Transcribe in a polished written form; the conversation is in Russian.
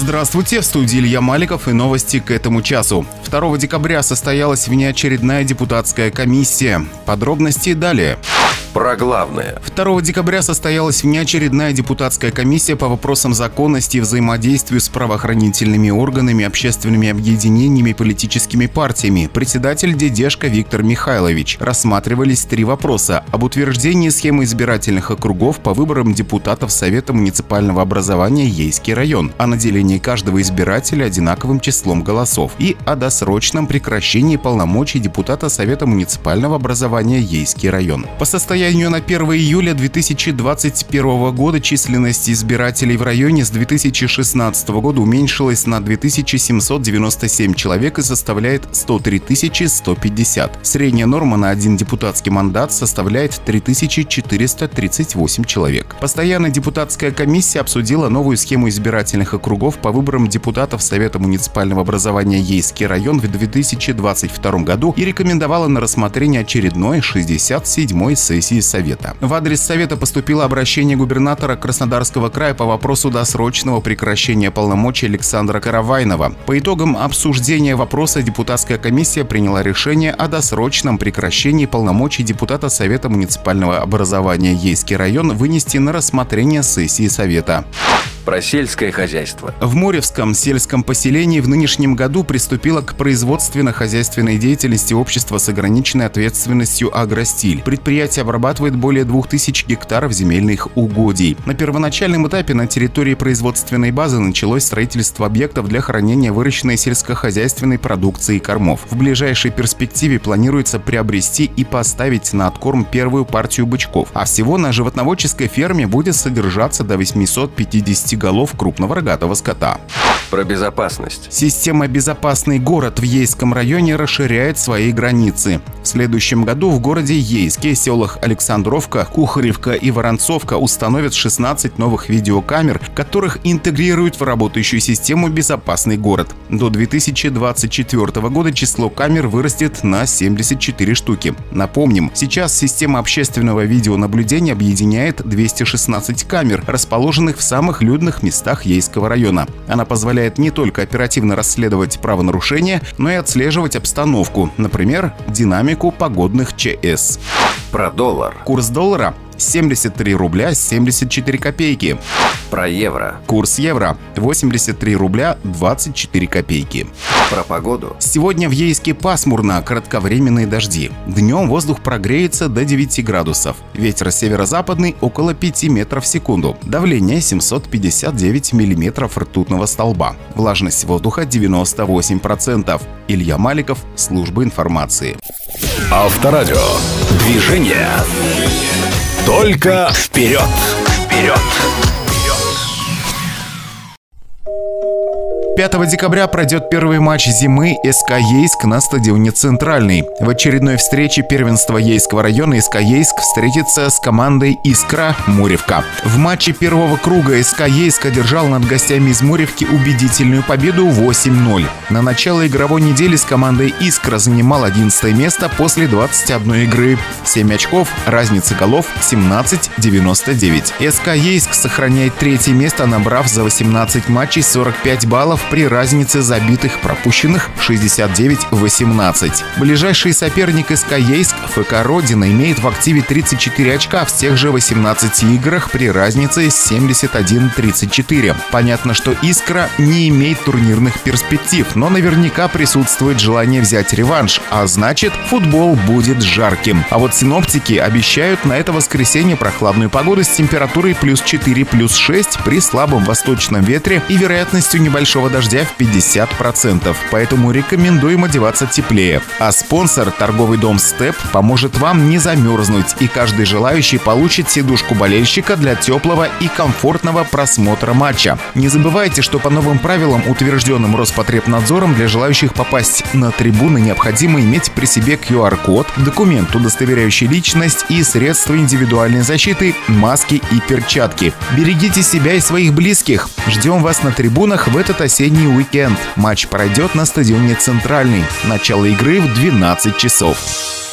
Здравствуйте, в студии Илья Маликов и новости к этому часу. 2 декабря состоялась внеочередная депутатская комиссия. Подробности далее. Про главное. 2 декабря состоялась внеочередная депутатская комиссия по вопросам законности и взаимодействию с правоохранительными органами, общественными объединениями и политическими партиями. Председатель Дедешко Виктор Михайлович. Рассматривались 3 вопроса: об утверждении схемы избирательных округов по выборам депутатов Совета муниципального образования Ейский район, о наделении каждого избирателя одинаковым числом голосов и о досрочном прекращении полномочий депутата Совета муниципального образования Ейский район. По состоянию на 1 июля 2021 года численность избирателей в районе с 2016 года уменьшилась на 2797 человек и составляет 103 150. Средняя норма на один депутатский мандат составляет 3438 человек. Постоянная депутатская комиссия обсудила новую схему избирательных округов по выборам депутатов Совета муниципального образования Ейский район в 2022 году и рекомендовала на рассмотрение очередной 67-й сессии Совета. В адрес Совета поступило обращение губернатора Краснодарского края по вопросу досрочного прекращения полномочий Александра Каравайнова. По итогам обсуждения вопроса депутатская комиссия приняла решение о досрочном прекращении полномочий депутата Совета муниципального образования Ейский район вынести на рассмотрение сессии Совета. Про сельское хозяйство. В Моревском сельском поселении в нынешнем году приступило к производственно-хозяйственной деятельности общество с ограниченной ответственностью «Агростиль». Предприятие обрабатывает более 2000 гектаров земельных угодий. На первоначальном этапе на территории производственной базы началось строительство объектов для хранения выращенной сельскохозяйственной продукции и кормов. В ближайшей перспективе планируется приобрести и поставить на откорм первую партию бычков. А всего на животноводческой ферме будет содержаться до 850 голов крупного рогатого скота. Про безопасность. Система «Безопасный город» в Ейском районе расширяет свои границы. В следующем году в городе Ейске, селах Александровка, Кухаревка и Воронцовка установят 16 новых видеокамер, которых интегрируют в работающую систему «Безопасный город». До 2024 года число камер вырастет на 74 штуки. Напомним, сейчас система общественного видеонаблюдения объединяет 216 камер, расположенных в самых людных местах Ейского района. Она позволяет не только оперативно расследовать правонарушения, но и отслеживать обстановку, например, динамику погодных ЧС. Про доллар. Курс доллара 73 рубля 74 копейки. Про евро. Курс евро 83 рубля 24 копейки. Про погоду. Сегодня в Ейске пасмурно, кратковременные дожди. Днем воздух прогреется до 9 градусов. Ветер северо-западный около 5 метров в секунду. Давление 759 миллиметров ртутного столба. Влажность воздуха 98%. Илья Маликов, служба информации. Авторадио. Движение. Только вперед! Вперед! 5 декабря пройдет первый матч зимы СК Ейск на стадионе «Центральный». В очередной встрече первенства Ейского района СК Ейск встретится с командой «Искра» Моревка. В матче первого круга СК Ейск одержал над гостями из Моревки убедительную победу 8-0. На начало игровой недели с командой «Искра» занимал 11 место после 21 игры. 7 очков, разница голов 17-99. СК Ейск сохраняет 3 место, набрав за 18 матчей 45 баллов при разнице забитых пропущенных 69-18. Ближайший соперник СК Ейск ФК Родина имеет в активе 34 очка в тех же 18 играх при разнице 71-34. Понятно, что Искра не имеет турнирных перспектив, но наверняка присутствует желание взять реванш, а значит, футбол будет жарким. А вот синоптики обещают на это воскресенье прохладную погоду с температурой +4, +6 при слабом восточном ветре и вероятностью небольшого дождя в 50%, поэтому рекомендуем одеваться теплее. А спонсор, торговый дом «Степ», поможет вам не замерзнуть, и каждый желающий получит сидушку болельщика для теплого и комфортного просмотра матча. Не забывайте, что по новым правилам, утвержденным Роспотребнадзором, для желающих попасть на трибуны необходимо иметь при себе QR-код, документ, удостоверяющий личность, и средства индивидуальной защиты, маски и перчатки. Берегите себя и своих близких. Ждем вас на трибунах в этот осенний уикенд. Матч пройдет на стадионе «Центральный». Начало игры в 12 часов.